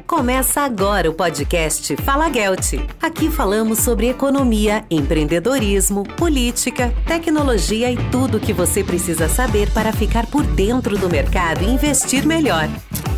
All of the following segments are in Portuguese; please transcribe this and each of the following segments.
Começa agora o podcast Fala Gelt. Aqui falamos sobre economia, empreendedorismo, política, tecnologia e tudo o que você precisa saber para ficar por dentro do mercado e investir melhor.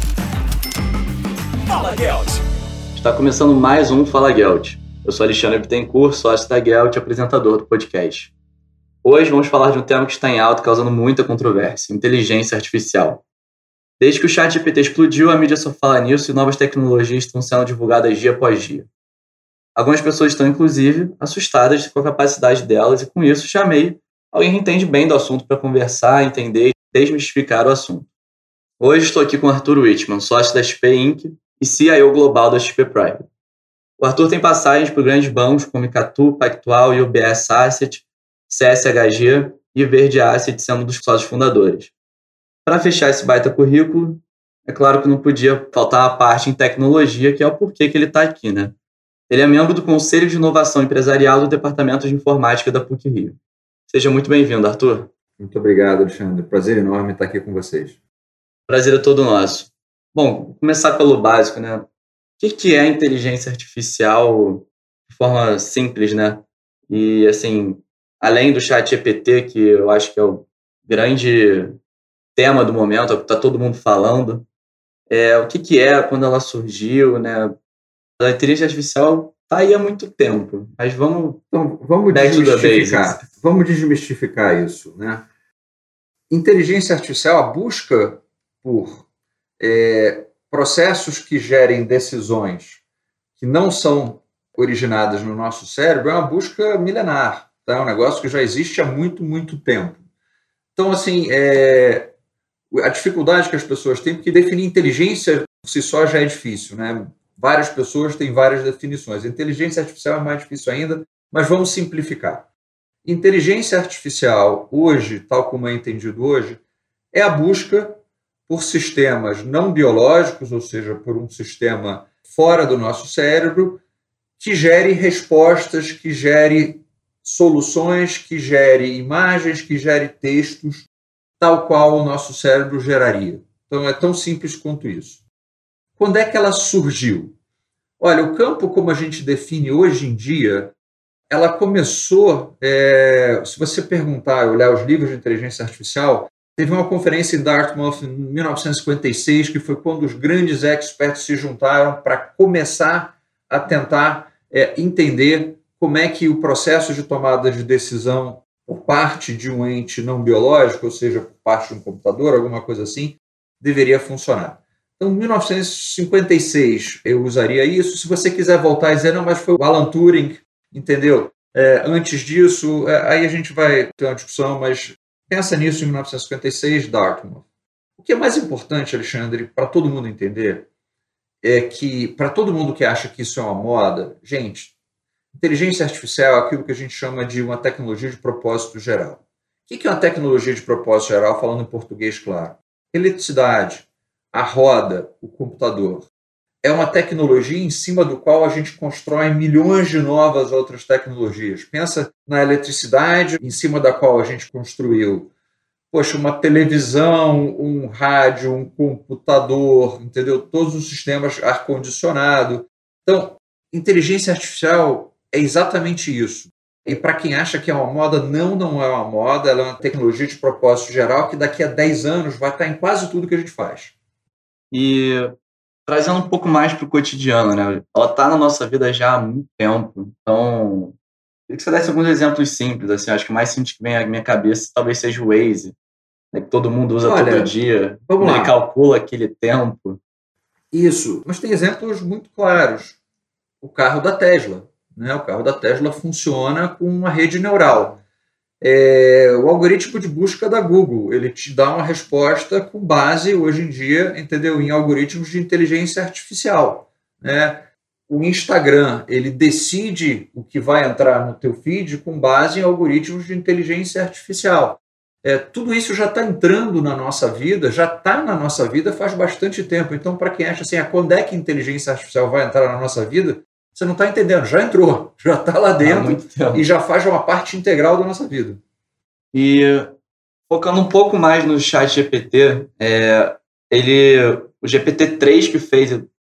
Fala Gelt! Está começando mais um Fala Gelt. Eu sou Alexandre Bittencourt, sócio da Gelt e apresentador do podcast. Hoje vamos falar de um tema que está em alta, causando muita controvérsia: inteligência artificial. Desde que o ChatGPT explodiu, a mídia só fala nisso e novas tecnologias estão sendo divulgadas dia após dia. Algumas pessoas estão, inclusive, assustadas com a capacidade delas e, com isso, chamei alguém que entende bem do assunto para conversar, entender e desmistificar o assunto. Hoje estou aqui com o Arthur Wittmann, sócio da XP Inc. e CIO global da XP Private. O Arthur tem passagens por grandes bancos como Icatu, Pactual, UBS Asset, CSHG e Verde Asset, sendo um dos sócios fundadores. Para fechar esse baita currículo, é claro que não podia faltar a parte em tecnologia, que é o porquê que ele está aqui, né? Ele é membro do Conselho de Inovação Empresarial do Departamento de Informática da PUC-Rio. Seja muito bem-vindo, Arthur. Muito obrigado, Alexandre. Prazer enorme estar aqui com vocês. Prazer é todo nosso. Bom, vou começar pelo básico, né? O que é inteligência artificial de forma simples, né? E, assim, além do ChatGPT, que eu acho que é o grande tema do momento, é o que está todo mundo falando, o que é, quando ela surgiu, né? A inteligência artificial está aí há muito tempo, mas vamos desmistificar isso, né? Inteligência artificial, a busca por processos que gerem decisões que não são originadas no nosso cérebro, é uma busca milenar, tá? É um negócio que já existe há muito, muito tempo. Então, assim, a dificuldade que as pessoas têm, porque definir inteligência por si só já é difícil, né? Várias pessoas têm várias definições. Inteligência artificial é mais difícil ainda, mas vamos simplificar. Inteligência artificial, hoje, tal como é entendido hoje, é a busca por sistemas não biológicos, ou seja, por um sistema fora do nosso cérebro, que gere respostas, que gere soluções, que gere imagens, que gere textos, tal qual o nosso cérebro geraria. Então, é tão simples quanto isso. Quando é que ela surgiu? Olha, o campo, como a gente define hoje em dia, ela começou, se você perguntar, olhar os livros de inteligência artificial, teve uma conferência em Dartmouth em 1956, que foi quando os grandes experts se juntaram para começar a tentar entender como é que o processo de tomada de decisão por parte de um ente não biológico, ou seja, por parte de um computador, alguma coisa assim, deveria funcionar. Então, em 1956, eu usaria isso. Se você quiser voltar e dizer, não, mas foi o Alan Turing, entendeu? Antes disso, aí a gente vai ter uma discussão, mas pensa nisso em 1956, Dartmouth. O que é mais importante, Alexandre, para todo mundo entender, é que, para todo mundo que acha que isso é uma moda, gente, inteligência artificial é aquilo que a gente chama de uma tecnologia de propósito geral. O que é uma tecnologia de propósito geral, falando em português claro? Eletricidade, a roda, o computador. É uma tecnologia em cima do qual a gente constrói milhões de novas outras tecnologias. Pensa na eletricidade, em cima da qual a gente construiu, uma televisão, um rádio, um computador, entendeu? Todos os sistemas ar-condicionado. Então, inteligência artificial é exatamente isso. E para quem acha que é uma moda, não é uma moda, ela é uma tecnologia de propósito geral que daqui a 10 anos vai estar em quase tudo que a gente faz. E trazendo um pouco mais para o cotidiano, né? Ela está na nossa vida já há muito tempo, então queria que você desse alguns exemplos simples, assim, acho que o mais simples que vem à minha cabeça talvez seja o Waze, né, que todo mundo usa todo dia, ele calcula aquele tempo. Isso, mas tem exemplos muito claros. O carro da Tesla, né? O carro da Tesla funciona com uma rede neural. O algoritmo de busca da Google, ele te dá uma resposta com base, hoje em dia, entendeu? Em algoritmos de inteligência artificial, né? O Instagram, ele decide o que vai entrar no teu feed com base em algoritmos de inteligência artificial. Tudo isso já está entrando na nossa vida, já está na nossa vida faz bastante tempo. Então, para quem acha assim, quando é que a inteligência artificial vai entrar na nossa vida, você não está entendendo, já entrou, já está lá dentro e já faz uma parte integral da nossa vida. E focando um pouco mais no ChatGPT, o GPT-3 que fez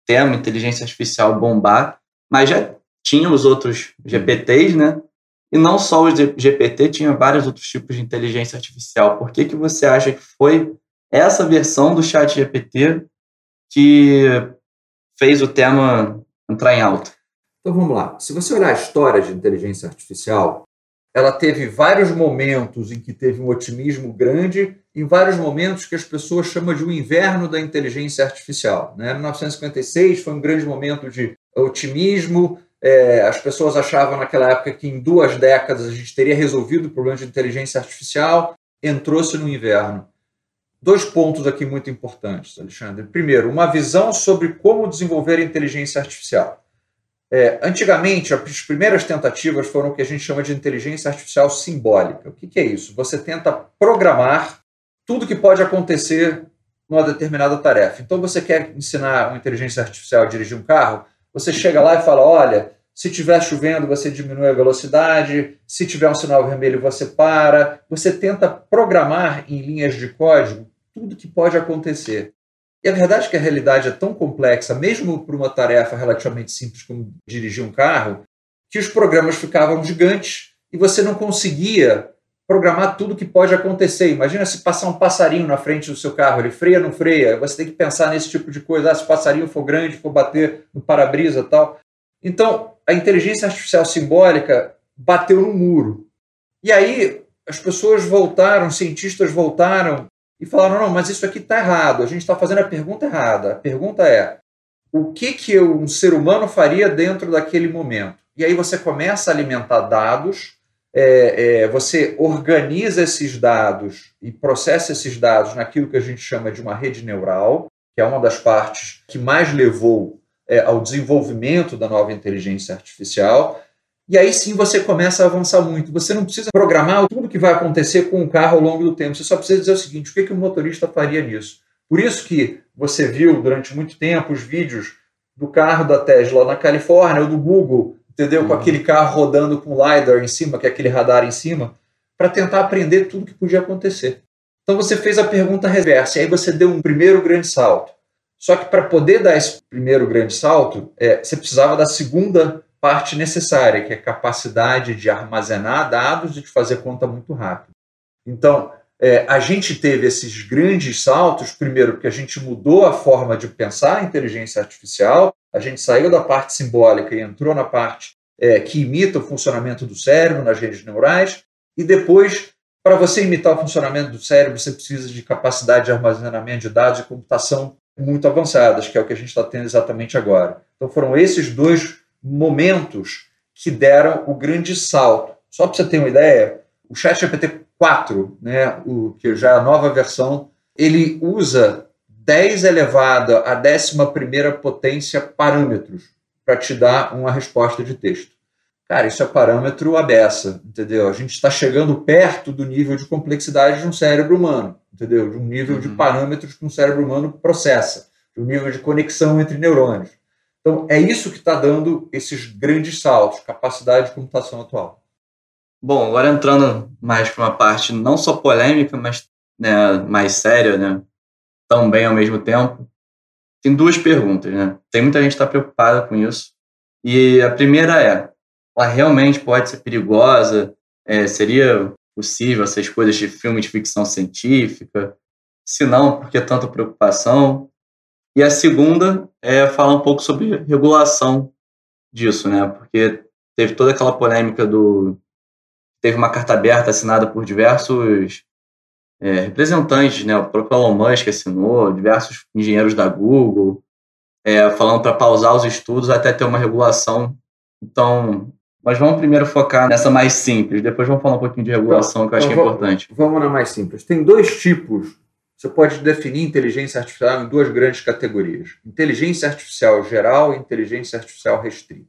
tema inteligência artificial bombar, mas já tinha os outros GPTs, né? E não só o GPT, tinha vários outros tipos de inteligência artificial. Por que você acha que foi essa versão do ChatGPT que fez o tema entrar em alta? Então vamos lá. Se você olhar a história de inteligência artificial, ela teve vários momentos em que teve um otimismo grande e vários momentos que as pessoas chamam de um inverno da inteligência artificial. Né? 1956 foi um grande momento de otimismo. As pessoas achavam naquela época que em 2 décadas a gente teria resolvido o problema de inteligência artificial. Entrou-se no inverno. 2 pontos aqui muito importantes, Alexandre. Primeiro, uma visão sobre como desenvolver a inteligência artificial. Antigamente, as primeiras tentativas foram o que a gente chama de inteligência artificial simbólica. O que é isso? Você tenta programar tudo que pode acontecer numa determinada tarefa. Então, você quer ensinar uma inteligência artificial a dirigir um carro, você chega lá e fala, olha, se estiver chovendo, você diminui a velocidade, se tiver um sinal vermelho, você para. Você tenta programar em linhas de código tudo que pode acontecer. E a verdade é que a realidade é tão complexa, mesmo para uma tarefa relativamente simples como dirigir um carro, que os programas ficavam gigantes e você não conseguia programar tudo que pode acontecer. Imagina se passar um passarinho na frente do seu carro, ele freia ou não freia? Você tem que pensar nesse tipo de coisa. Se o passarinho for grande, for bater no para-brisa e tal. Então, a inteligência artificial simbólica bateu no muro. E aí as pessoas voltaram, cientistas voltaram e falaram, não, mas isso aqui está errado, a gente está fazendo a pergunta errada. A pergunta é, o que um ser humano faria dentro daquele momento? E aí você começa a alimentar dados, você organiza esses dados e processa esses dados naquilo que a gente chama de uma rede neural, que é uma das partes que mais levou ao desenvolvimento da nova inteligência artificial. E aí sim você começa a avançar muito. Você não precisa programar tudo que vai acontecer com o carro ao longo do tempo. Você só precisa dizer o seguinte, o que o motorista faria nisso? Por isso que você viu durante muito tempo os vídeos do carro da Tesla na Califórnia ou do Google, entendeu? Com aquele carro rodando com LiDAR em cima, que é aquele radar em cima, para tentar aprender tudo que podia acontecer. Então você fez a pergunta reversa, e aí você deu um primeiro grande salto. Só que para poder dar esse primeiro grande salto, você precisava da segunda parte necessária, que é a capacidade de armazenar dados e de fazer conta muito rápido. Então, a gente teve esses grandes saltos, primeiro porque a gente mudou a forma de pensar a inteligência artificial, a gente saiu da parte simbólica e entrou na parte que imita o funcionamento do cérebro, nas redes neurais, e depois, para você imitar o funcionamento do cérebro, você precisa de capacidade de armazenamento de dados e computação muito avançadas, que é o que a gente está tendo exatamente agora. Então foram esses 2 momentos que deram o grande salto. Só para você ter uma ideia, o ChatGPT 4, né, que já é a nova versão, ele usa 10 elevado à 11ª potência parâmetros para te dar uma resposta de texto. Cara, isso é parâmetro à beça, entendeu? A gente está chegando perto do nível de complexidade de um cérebro humano, entendeu? De um nível de parâmetros que um cérebro humano processa, de um nível de conexão entre neurônios. Então, é isso que está dando esses grandes saltos, capacidade de computação atual. Bom, agora entrando mais para uma parte não só polêmica, mas mais séria, né? Também ao mesmo tempo. Tem 2 perguntas, né? Tem muita gente que está preocupada com isso. E a primeira ela realmente pode ser perigosa? Seria possível essas coisas de filme de ficção científica? Se não, por que tanta preocupação? E a segunda é falar um pouco sobre regulação disso, né? Porque teve toda aquela polêmica teve uma carta aberta assinada por diversos representantes, né? O próprio Elon Musk assinou, diversos engenheiros da Google, falando para pausar os estudos até ter uma regulação. Então, mas vamos primeiro focar nessa mais simples, depois vamos falar um pouquinho de regulação, que eu acho que é importante. Vamos na mais simples. Tem 2 tipos. Você pode definir inteligência artificial em 2 grandes categorias. Inteligência artificial geral e inteligência artificial restrita.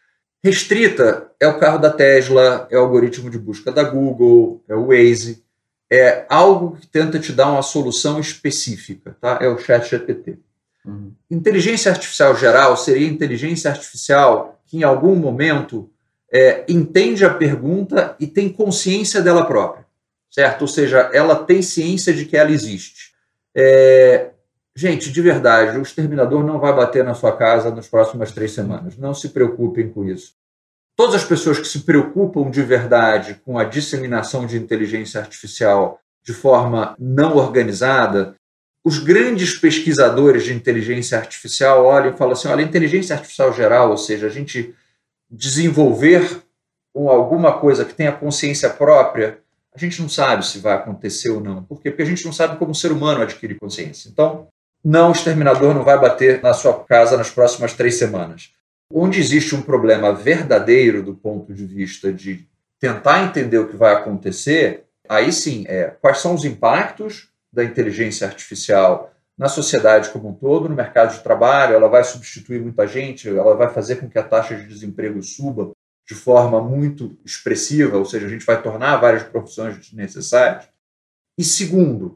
Restrita é o carro da Tesla, é o algoritmo de busca da Google, é o Waze, é algo que tenta te dar uma solução específica, tá? É o ChatGPT. Inteligência artificial geral seria inteligência artificial que em algum momento entende a pergunta e tem consciência dela própria, certo? Ou seja, ela tem ciência de que ela existe. Gente, de verdade, o exterminador não vai bater na sua casa nas próximas 3 semanas. Não se preocupem com isso. Todas as pessoas que se preocupam de verdade com a disseminação de inteligência artificial de forma não organizada, os grandes pesquisadores de inteligência artificial olham e falam assim, olha, inteligência artificial geral, ou seja, a gente desenvolver alguma coisa que tenha consciência própria, a gente não sabe se vai acontecer ou não. Por quê? Porque a gente não sabe como o ser humano adquire consciência. Então, não, o exterminador não vai bater na sua casa nas próximas 3 semanas. Onde existe um problema verdadeiro do ponto de vista de tentar entender o que vai acontecer, aí sim, quais são os impactos da inteligência artificial na sociedade como um todo, no mercado de trabalho, ela vai substituir muita gente, ela vai fazer com que a taxa de desemprego suba de forma muito expressiva, ou seja, a gente vai tornar várias profissões desnecessárias. E segundo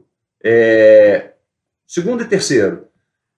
e terceiro,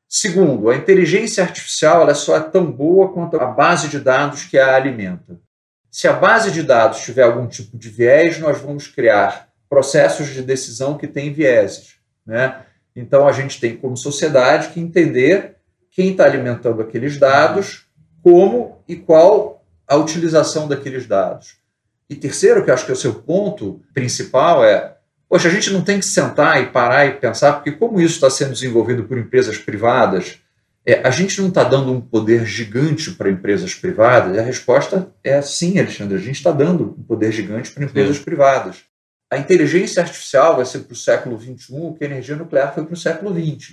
a inteligência artificial ela só é tão boa quanto a base de dados que a alimenta. Se a base de dados tiver algum tipo de viés, nós vamos criar processos de decisão que têm vieses, né? Então, a gente tem, como sociedade, que entender quem está alimentando aqueles dados, como e qual a utilização daqueles dados. E terceiro, que eu acho que é o seu ponto principal, poxa, a gente não tem que sentar e parar e pensar, porque como isso está sendo desenvolvido por empresas privadas, a gente não está dando um poder gigante para empresas privadas? E a resposta é sim, Alexandre, a gente está dando um poder gigante para empresas privadas. A inteligência artificial vai ser para o século XXI o que a energia nuclear foi para o século XX.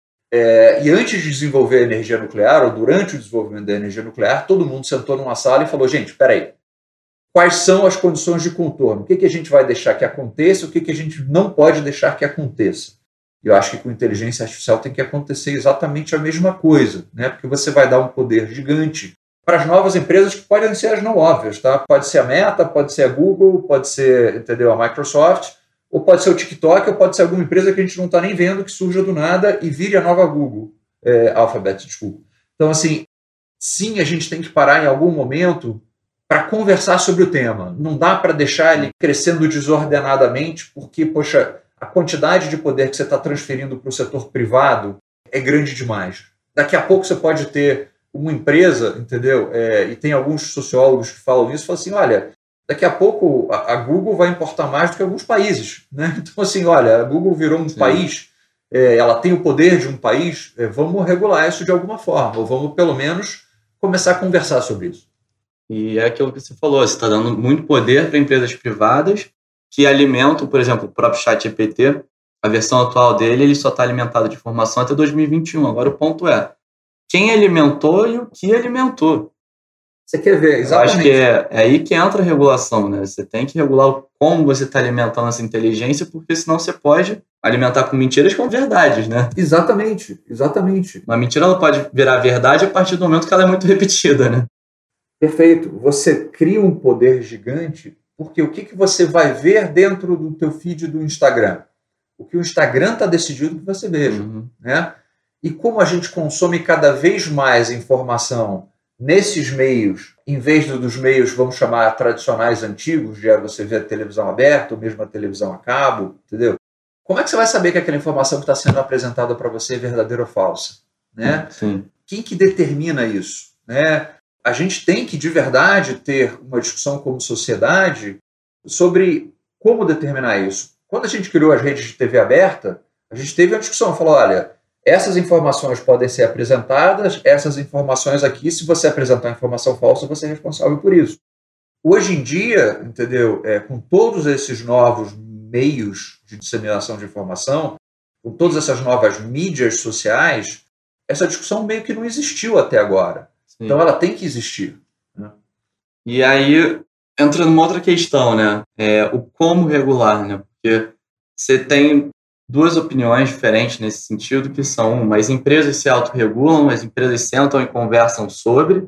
E antes de desenvolver a energia nuclear, ou durante o desenvolvimento da energia nuclear, todo mundo sentou numa sala e falou, gente, espera aí, quais são as condições de contorno? O que a gente vai deixar que aconteça, o que a gente não pode deixar que aconteça? Eu acho que com inteligência artificial tem que acontecer exatamente a mesma coisa, né? Porque você vai dar um poder gigante para as novas empresas que podem ser as não óbvias, tá? Pode ser a Meta, pode ser a Google, pode ser, entendeu, a Microsoft, ou pode ser o TikTok, ou pode ser alguma empresa que a gente não está nem vendo, que surja do nada e vire a nova Google, Alphabet, desculpa. Então, assim, sim, a gente tem que parar em algum momento para conversar sobre o tema. Não dá para deixar ele crescendo desordenadamente, porque, poxa, a quantidade de poder que você está transferindo para o setor privado é grande demais. Daqui a pouco você pode ter uma empresa, entendeu? E tem alguns sociólogos que falam isso, falam assim, olha, daqui a pouco a Google vai importar mais do que alguns países, né? Então, assim, olha, a Google virou um país, ela tem o poder de um país, vamos regular isso de alguma forma, ou vamos, pelo menos, começar a conversar sobre isso. E é aquilo que você falou, você está dando muito poder para empresas privadas que alimentam, por exemplo, o próprio ChatGPT, a versão atual dele, ele só está alimentado de informação até 2021. Agora o ponto é, quem alimentou e o que alimentou. Você quer ver, exatamente. Eu acho que é aí que entra a regulação, né? Você tem que regular como você está alimentando essa inteligência, porque senão você pode alimentar com mentiras com verdades, né? Exatamente. Uma mentira ela pode virar verdade a partir do momento que ela é muito repetida, né? Perfeito. Você cria um poder gigante, porque o que você vai ver dentro do teu feed do Instagram? O que o Instagram está decidindo que você veja, né? E como a gente consome cada vez mais informação nesses meios, em vez dos meios, vamos chamar, tradicionais antigos, de você ver a televisão aberta, ou mesmo a televisão a cabo, entendeu? Como é que você vai saber que aquela informação que está sendo apresentada para você é verdadeira ou falsa? Né? Sim. Quem que determina isso? Né? A gente tem que, de verdade, ter uma discussão como sociedade sobre como determinar isso. Quando a gente criou as redes de TV aberta, a gente teve uma discussão, falou, olha, essas informações podem ser apresentadas, essas informações aqui, se você apresentar informação falsa, você é responsável por isso. Hoje em dia, entendeu? Com todos esses novos meios de disseminação de informação, com todas essas novas mídias sociais, essa discussão meio que não existiu até agora. Sim. Então ela tem que existir. Né? E aí entra numa outra questão, né? O como regular, né? Porque você tem duas opiniões diferentes nesse sentido, que são as empresas se autorregulam, as empresas sentam e conversam sobre,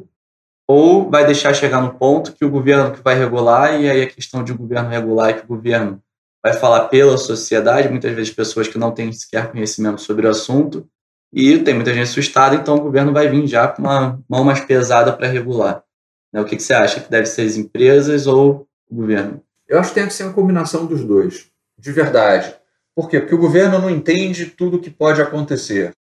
ou vai deixar chegar no ponto que o governo que vai regular, e aí a questão de o governo regular é que o governo vai falar pela sociedade, muitas vezes pessoas que não têm sequer conhecimento sobre o assunto, e tem muita gente assustada, então o governo vai vir já com uma mão mais pesada para regular. O que você acha? Que deve ser as empresas ou o governo? Eu acho que tem que ser uma combinação dos dois, de verdade. Por quê? Porque o governo não entende tudo o que pode acontecer.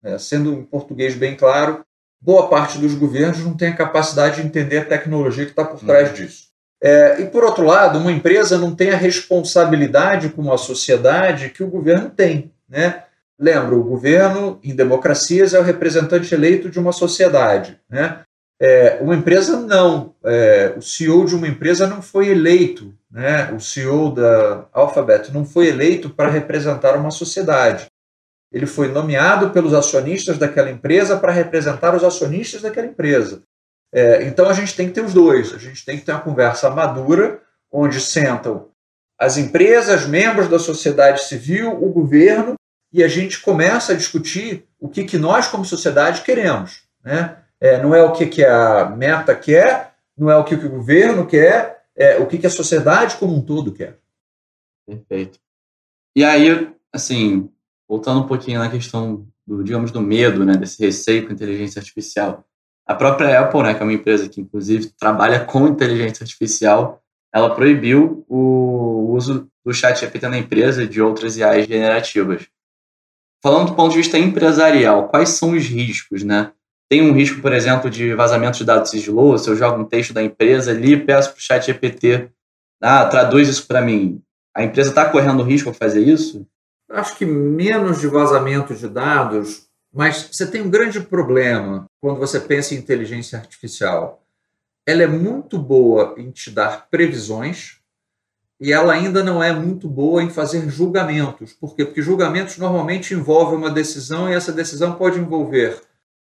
Sendo em português bem claro, boa parte dos governos não tem a capacidade de entender a tecnologia que está por trás disso. E, por outro lado, uma empresa não tem a responsabilidade com a sociedade que o governo tem, né? Lembra, o governo, em democracias, é o representante eleito de uma sociedade, né? Uma empresa não. O CEO de uma empresa não foi eleito, né? O CEO da Alphabet não foi eleito para representar uma sociedade. Ele foi nomeado pelos acionistas daquela empresa para representar os acionistas daquela empresa. Então a gente tem que ter os dois. A gente tem que ter uma conversa madura, onde sentam as empresas, membros da sociedade civil, o governo, e a gente começa a discutir o que nós, como sociedade, queremos, né? Não é o que a Meta quer, não é o que o governo quer, é o que a sociedade como um todo quer. Perfeito. E aí, assim, voltando um pouquinho na questão do medo, né, desse receio com inteligência artificial. A própria Apple, né, que é uma empresa que, inclusive, trabalha com inteligência artificial, ela proibiu o uso do ChatGPT na empresa e de outras IAs generativas. Falando do ponto de vista empresarial, quais são os riscos, né? Tem um risco, por exemplo, de vazamento de dados sigilosos. Se eu jogo um texto da empresa ali e peço para o ChatGPT, traduz isso para mim. A empresa está correndo risco ao fazer isso? Acho que menos de vazamento de dados, mas você tem um grande problema quando você pensa em inteligência artificial. Ela é muito boa em te dar previsões e ela ainda não é muito boa em fazer julgamentos. Por quê? Porque julgamentos normalmente envolvem uma decisão e essa decisão pode envolver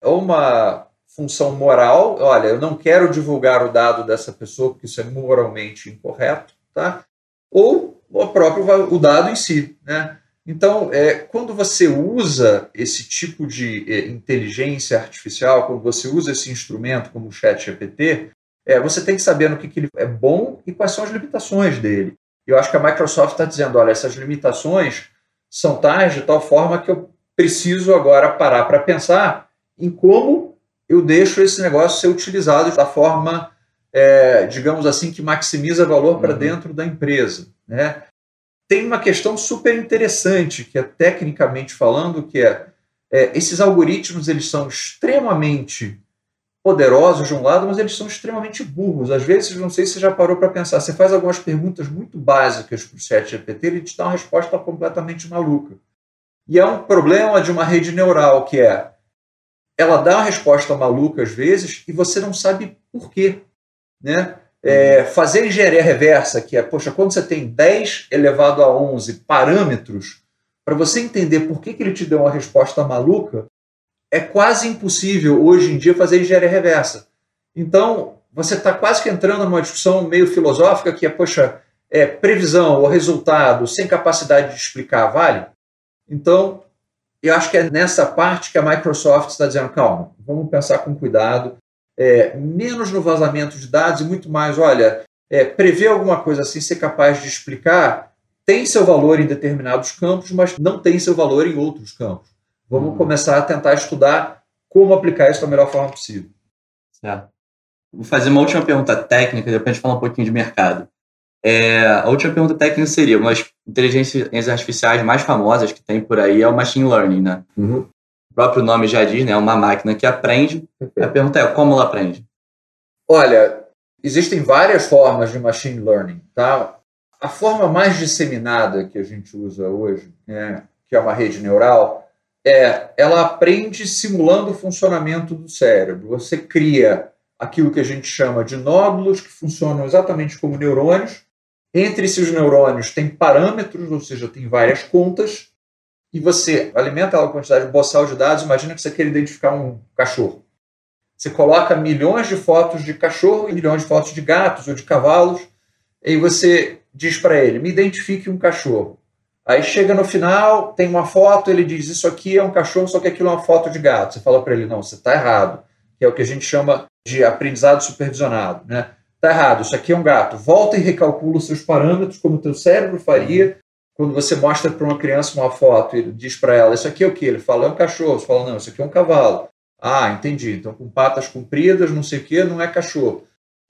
uma função moral. Olha, eu não quero divulgar o dado dessa pessoa porque isso é moralmente incorreto, tá? Ou o dado em si, né? Então, quando você usa esse tipo de inteligência artificial, quando você usa esse instrumento como o ChatGPT, você tem que saber no que ele é bom e quais são as limitações dele. Eu acho que a Microsoft está dizendo, olha, essas limitações são tais de tal forma que eu preciso agora parar para pensar em como eu deixo esse negócio ser utilizado da forma, digamos assim, que maximiza valor para dentro da empresa, né? Tem uma questão super interessante, que é tecnicamente falando, que esses algoritmos eles são extremamente poderosos de um lado, mas eles são extremamente burros. Às vezes, não sei se você já parou para pensar, você faz algumas perguntas muito básicas para o ChatGPT, ele te dá uma resposta completamente maluca. E é um problema de uma rede neural, que ela dá uma resposta maluca às vezes e você não sabe por quê, né? Fazer engenharia reversa, que quando você tem 10 elevado a 11 parâmetros, para você entender por que ele te deu uma resposta maluca, é quase impossível hoje em dia fazer engenharia reversa. Então, você está quase que entrando numa discussão meio filosófica que previsão ou resultado sem capacidade de explicar, vale? Então, eu acho que é nessa parte que a Microsoft está dizendo, calma, vamos pensar com cuidado, menos no vazamento de dados e muito mais, olha, prever alguma coisa assim, ser capaz de explicar, tem seu valor em determinados campos, mas não tem seu valor em outros campos. Vamos começar a tentar estudar como aplicar isso da melhor forma possível. Certo. Vou fazer uma última pergunta técnica, depois a gente fala um pouquinho de mercado. A última pergunta técnica seria, uma das inteligências artificiais mais famosas que tem por aí é o machine learning, né? O próprio nome já diz, né? É uma máquina que aprende. Perfeito. A pergunta é, como ela aprende? Olha, existem várias formas de machine learning, tá? A forma mais disseminada que a gente usa hoje, que é uma rede neural, ela aprende simulando o funcionamento do cérebro. Você cria aquilo que a gente chama de nódulos que funcionam exatamente como neurônios. Entre esses neurônios tem parâmetros, ou seja, tem várias contas, e você alimenta ela com quantidade boçal de dados. Imagina que você quer identificar um cachorro. Você coloca milhões de fotos de cachorro e milhões de fotos de gatos ou de cavalos, e você diz para ele, me identifique um cachorro. Aí chega no final, tem uma foto, ele diz, isso aqui é um cachorro, só que aquilo é uma foto de gato. Você fala para ele, não, você está errado, que é o que a gente chama de aprendizado supervisionado, né? Está errado, isso aqui é um gato. Volta e recalcula os seus parâmetros, como o teu cérebro faria quando você mostra para uma criança uma foto e ele diz para ela, isso aqui é o quê? Ele fala, é um cachorro. Você fala, não, isso aqui é um cavalo. Ah, entendi. Então, com patas compridas, não sei o quê, não é cachorro.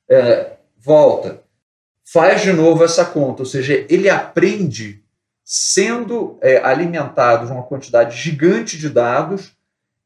Volta. Faz de novo essa conta. Ou seja, ele aprende sendo alimentado de uma quantidade gigante de dados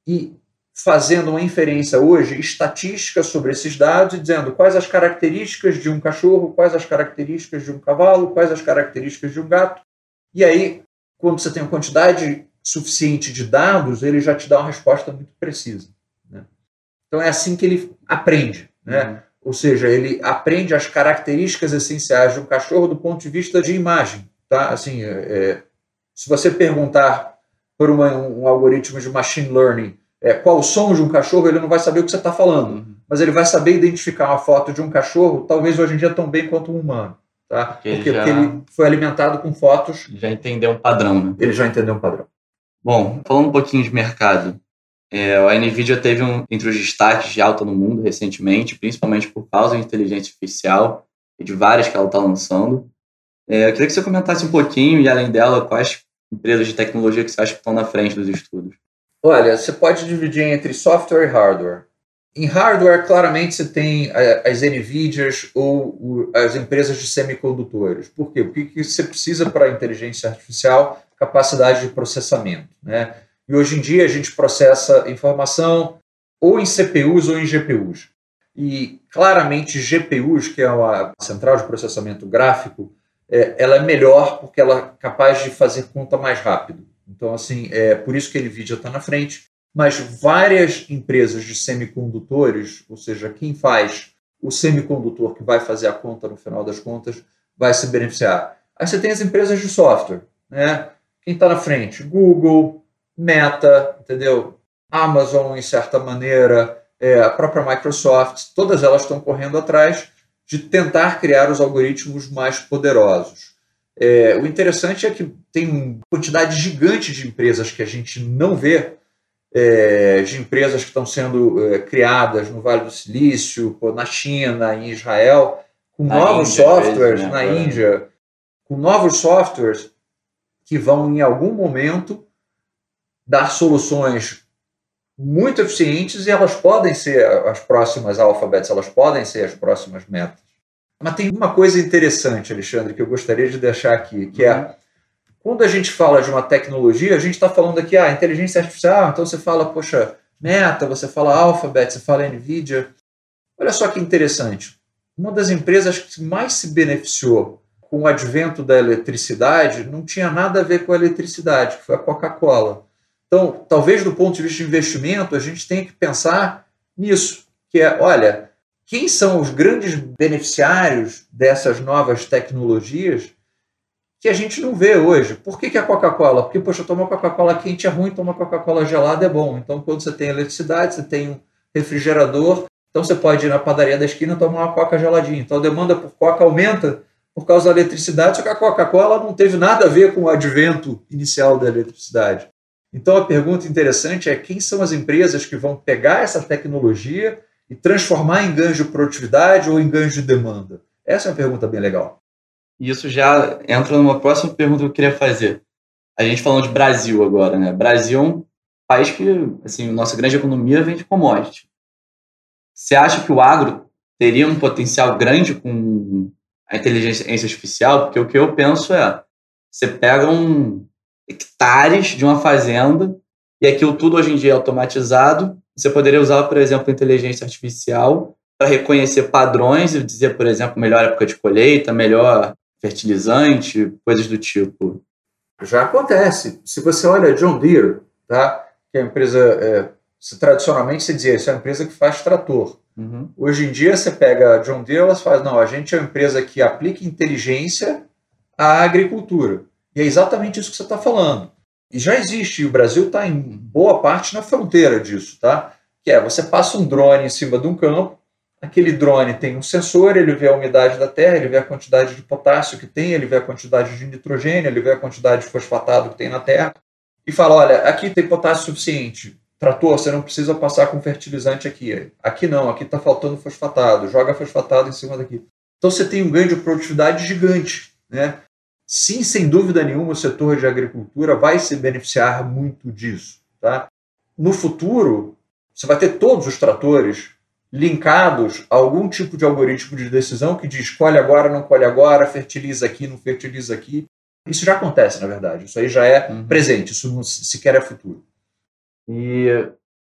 e fazendo uma inferência hoje estatística sobre esses dados e dizendo quais as características de um cachorro, quais as características de um cavalo, quais as características de um gato. E aí, quando você tem uma quantidade suficiente de dados, ele já te dá uma resposta muito precisa, né? Então é assim que ele aprende, né? Ou seja, ele aprende as características essenciais de um cachorro do ponto de vista de imagem, tá? Assim, se você perguntar por um algoritmo de machine learning qual o som de um cachorro, ele não vai saber o que você está falando, mas ele vai saber identificar uma foto de um cachorro, talvez hoje em dia tão bem quanto um humano, tá? Porque ele foi alimentado com fotos. Já entendeu um padrão, né? Ele já entendeu um padrão. Bom, falando um pouquinho de mercado, a NVIDIA teve entre os destaques de alta no mundo recentemente, principalmente por causa da inteligência artificial e de várias que ela está lançando. Eu queria que você comentasse um pouquinho, e além dela, quais empresas de tecnologia que você acha que estão na frente dos estudos. Olha, você pode dividir entre software e hardware. Em hardware, claramente, você tem as NVIDIAs ou as empresas de semicondutores. Por quê? Porque você precisa para a inteligência artificial capacidade de processamento, né? E hoje em dia a gente processa informação ou em CPUs ou em GPUs. E claramente GPUs, que é a central de processamento gráfico, ela é melhor porque ela é capaz de fazer conta mais rápido. Então, assim, por isso que a NVIDIA está na frente. Mas várias empresas de semicondutores, ou seja, quem faz o semicondutor que vai fazer a conta no final das contas, vai se beneficiar. Aí você tem as empresas de software, né? Quem está na frente? Google, Meta, entendeu? Amazon, em certa maneira, a própria Microsoft, todas elas estão correndo atrás de tentar criar os algoritmos mais poderosos. O interessante é que tem uma quantidade gigante de empresas que a gente não vê, de empresas que estão sendo criadas no Vale do Silício, na China, em Israel, com novos softwares, na Índia, com novos softwares que vão, em algum momento, dar soluções muito eficientes e elas podem ser as próximas alfabetos, elas podem ser as próximas metas. Mas tem uma coisa interessante, Alexandre, que eu gostaria de deixar aqui, que quando a gente fala de uma tecnologia, a gente está falando aqui, inteligência artificial, então você fala, poxa, Meta, você fala Alphabet, você fala NVIDIA. Olha só que interessante. Uma das empresas que mais se beneficiou com o advento da eletricidade não tinha nada a ver com a eletricidade, que foi a Coca-Cola. Então, talvez do ponto de vista de investimento, a gente tenha que pensar nisso, que olha, quem são os grandes beneficiários dessas novas tecnologias que a gente não vê hoje? Por que a Coca-Cola? Porque, poxa, tomar Coca-Cola quente é ruim, tomar Coca-Cola gelada é bom. Então, quando você tem eletricidade, você tem um refrigerador, então você pode ir na padaria da esquina e tomar uma Coca geladinha. Então, a demanda por Coca aumenta por causa da eletricidade, só que a Coca-Cola não teve nada a ver com o advento inicial da eletricidade. Então, a pergunta interessante é quem são as empresas que vão pegar essa tecnologia e transformar em ganhos de produtividade ou em ganhos de demanda? Essa é uma pergunta bem legal. Isso já entra numa próxima pergunta que eu queria fazer. A gente falando de Brasil agora, né? Brasil é um país que, assim, nossa grande economia vem de commodity. Você acha que o agro teria um potencial grande com a inteligência artificial? Porque o que eu penso você pega hectares de uma fazenda e aquilo tudo hoje em dia é automatizado. Você poderia usar, por exemplo, a inteligência artificial para reconhecer padrões e dizer, por exemplo, melhor época de colheita, melhor fertilizante, coisas do tipo. Já acontece. Se você olha John Deere, tá? Que é a empresa, tradicionalmente se dizia, isso é uma empresa que faz trator. Uhum. Hoje em dia você pega a John Deere, elas fazem, não, a gente é uma empresa que aplica inteligência à agricultura. E é exatamente isso que você está falando. E já existe, e o Brasil está em boa parte na fronteira disso, tá? Que você passa um drone em cima de um campo, aquele drone tem um sensor, ele vê a umidade da terra, ele vê a quantidade de potássio que tem, ele vê a quantidade de nitrogênio, ele vê a quantidade de fosfatado que tem na terra, e fala, olha, aqui tem potássio suficiente, trator, você não precisa passar com fertilizante aqui. Aqui não, aqui está faltando fosfatado, joga fosfatado em cima daqui. Então você tem um ganho de produtividade gigante, né? Sim, sem dúvida nenhuma, o setor de agricultura vai se beneficiar muito disso, tá? No futuro, você vai ter todos os tratores linkados a algum tipo de algoritmo de decisão que diz colhe agora, não colhe agora, fertiliza aqui, não fertiliza aqui. Isso já acontece, na verdade. Isso aí já é presente, isso não sequer é futuro. E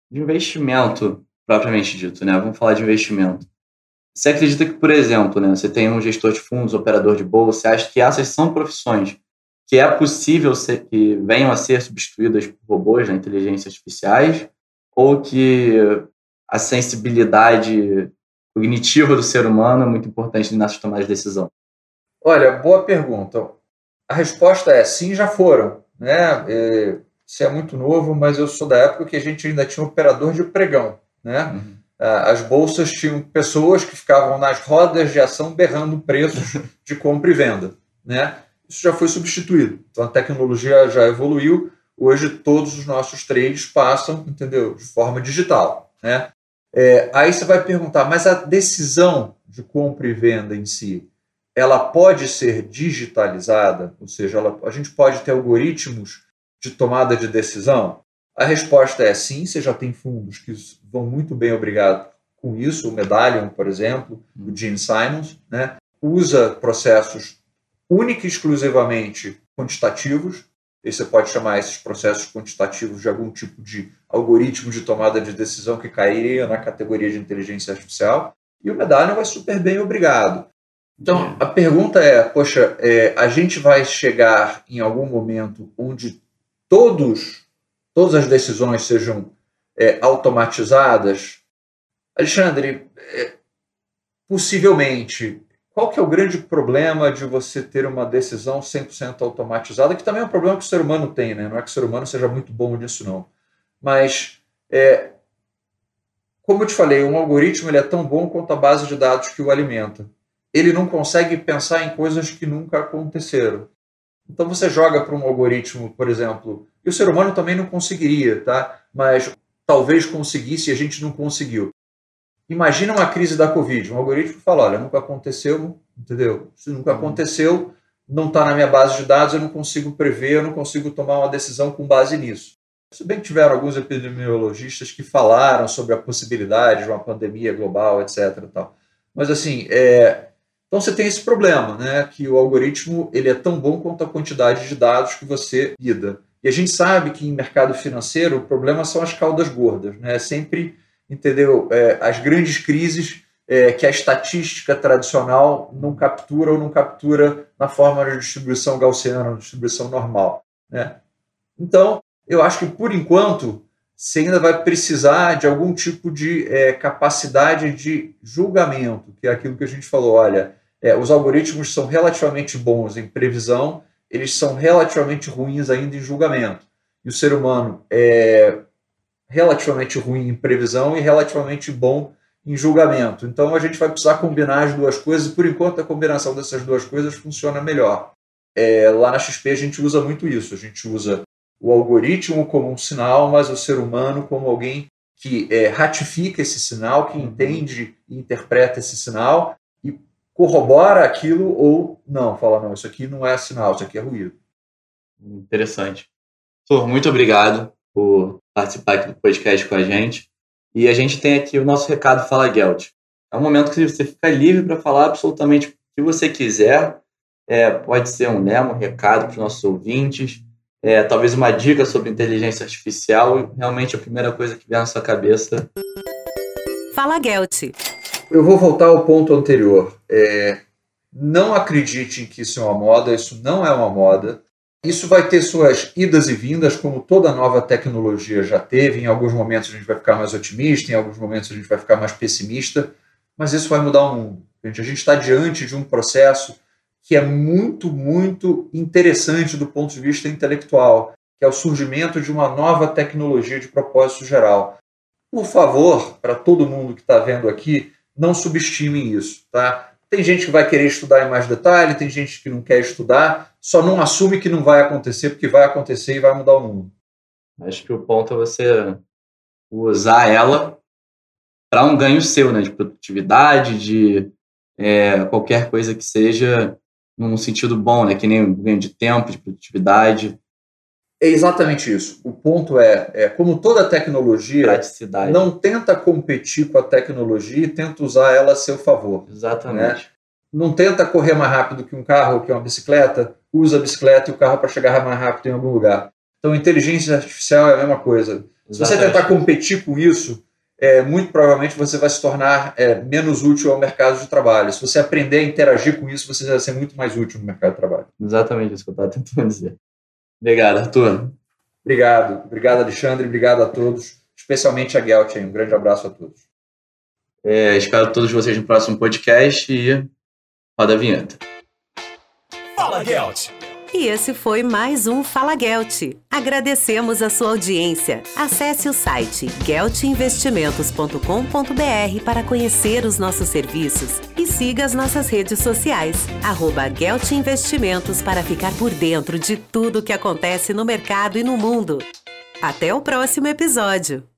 de investimento, propriamente dito, né? Vamos falar de investimento. Você acredita que, por exemplo, né, você tem um gestor de fundos, operador de bolsa, você acha que essas são profissões que é possível que venham a ser substituídas por robôs, né, inteligências artificiais, ou que a sensibilidade cognitiva do ser humano é muito importante nessas tomadas de decisão? Olha, boa pergunta. A resposta é sim, já foram, né? Isso é muito novo, mas eu sou da época que a gente ainda tinha operador de pregão, né? As bolsas tinham pessoas que ficavam nas rodas de ação berrando preços de compra e venda, né? Isso já foi substituído. Então a tecnologia já evoluiu. Hoje todos os nossos trades passam, entendeu, de forma digital, né? Aí você vai perguntar, mas a decisão de compra e venda em si, ela pode ser digitalizada? Ou seja, a gente pode ter algoritmos de tomada de decisão? A resposta é sim. Você já tem fundos que vão muito bem, obrigado, com isso. O Medallion, por exemplo, o Gene Simons, né, usa processos única e exclusivamente quantitativos. E você pode chamar esses processos quantitativos de algum tipo de algoritmo de tomada de decisão que cairia na categoria de inteligência artificial. E o Medallion vai super bem, obrigado. Então, a pergunta é, poxa, a gente vai chegar em algum momento onde todas as decisões sejam automatizadas? Alexandre, possivelmente. Qual que é o grande problema de você ter uma decisão 100% automatizada, que também é um problema que o ser humano tem, né? Não é que o ser humano seja muito bom nisso, não. Mas, como eu te falei, um algoritmo ele é tão bom quanto a base de dados que o alimenta. Ele não consegue pensar em coisas que nunca aconteceram. Então você joga para um algoritmo, por exemplo, e o ser humano também não conseguiria, tá? Mas talvez conseguisse e a gente não conseguiu. Imagina uma crise da Covid, um algoritmo fala, olha, nunca aconteceu, entendeu? Se nunca aconteceu, não está na minha base de dados, eu não consigo prever, eu não consigo tomar uma decisão com base nisso. Se bem que tiveram alguns epidemiologistas que falaram sobre a possibilidade de uma pandemia global, etc. Tal. Mas assim, então você tem esse problema, né? Que o algoritmo ele é tão bom quanto a quantidade de dados que você lida. E a gente sabe que em mercado financeiro o problema são as caudas gordas, né? Sempre, entendeu? As grandes crises que a estatística tradicional não captura ou não captura na forma de distribuição gaussiana, distribuição normal, né? Então, eu acho que, por enquanto, você ainda vai precisar de algum tipo de capacidade de julgamento, que é aquilo que a gente falou, olha, os algoritmos são relativamente bons em previsão, eles são relativamente ruins ainda em julgamento. E o ser humano é relativamente ruim em previsão e relativamente bom em julgamento. Então, a gente vai precisar combinar as duas coisas, e, por enquanto, a combinação dessas duas coisas funciona melhor. Lá na XP, a gente usa muito isso. A gente usa o algoritmo como um sinal, mas o ser humano como alguém que ratifica esse sinal, que entende e interpreta esse sinal e corrobora aquilo ou não, fala, não, isso aqui não é sinal, isso aqui é ruído. Interessante. Thor, muito obrigado por participar aqui do podcast com a gente. E a gente tem aqui o nosso recado Fala Gelt. É um momento que você fica livre para falar absolutamente o que você quiser. Pode ser um lema, um recado para os nossos ouvintes, talvez uma dica sobre inteligência artificial. Realmente a primeira coisa que vem na sua cabeça. Fala Gelt. Eu vou voltar ao ponto anterior. Não acreditem que isso é uma moda, isso não é uma moda. Isso vai ter suas idas e vindas, como toda nova tecnologia já teve. Em alguns momentos a gente vai ficar mais otimista, em alguns momentos a gente vai ficar mais pessimista, mas isso vai mudar o mundo. A gente está diante de um processo que é muito, muito interessante do ponto de vista intelectual, que é o surgimento de uma nova tecnologia de propósito geral. Por favor, para todo mundo que está vendo aqui, não subestimem isso, tá? Tem gente que vai querer estudar em mais detalhe, tem gente que não quer estudar, só não assume que não vai acontecer, porque vai acontecer e vai mudar o mundo. Acho que o ponto é você usar ela para um ganho seu, né? De produtividade, de qualquer coisa que seja num sentido bom, né? Que nem um ganho de tempo, de produtividade. É exatamente isso. O ponto como toda tecnologia, praticidade. Não tenta competir com a tecnologia e tenta usar ela a seu favor. Exatamente. Né? Não tenta correr mais rápido que um carro ou que uma bicicleta, usa a bicicleta e o carro para chegar mais rápido em algum lugar. Então, inteligência artificial é a mesma coisa. Se você tentar competir com isso, muito provavelmente você vai se tornar menos útil ao mercado de trabalho. Se você aprender a interagir com isso, você vai ser muito mais útil no mercado de trabalho. Exatamente isso que eu estava tentando dizer. Obrigado, Arthur. Obrigado, Alexandre. Obrigado a todos, especialmente a Gelt. Um grande abraço a todos. Espero todos vocês no próximo podcast e roda a vinheta. Fala, Gelt! E esse foi mais um Fala Gelt. Agradecemos a sua audiência. Acesse o site geltinvestimentos.com.br para conhecer os nossos serviços e siga as nossas redes sociais, @geltinvestimentos, para ficar por dentro de tudo o que acontece no mercado e no mundo. Até o próximo episódio!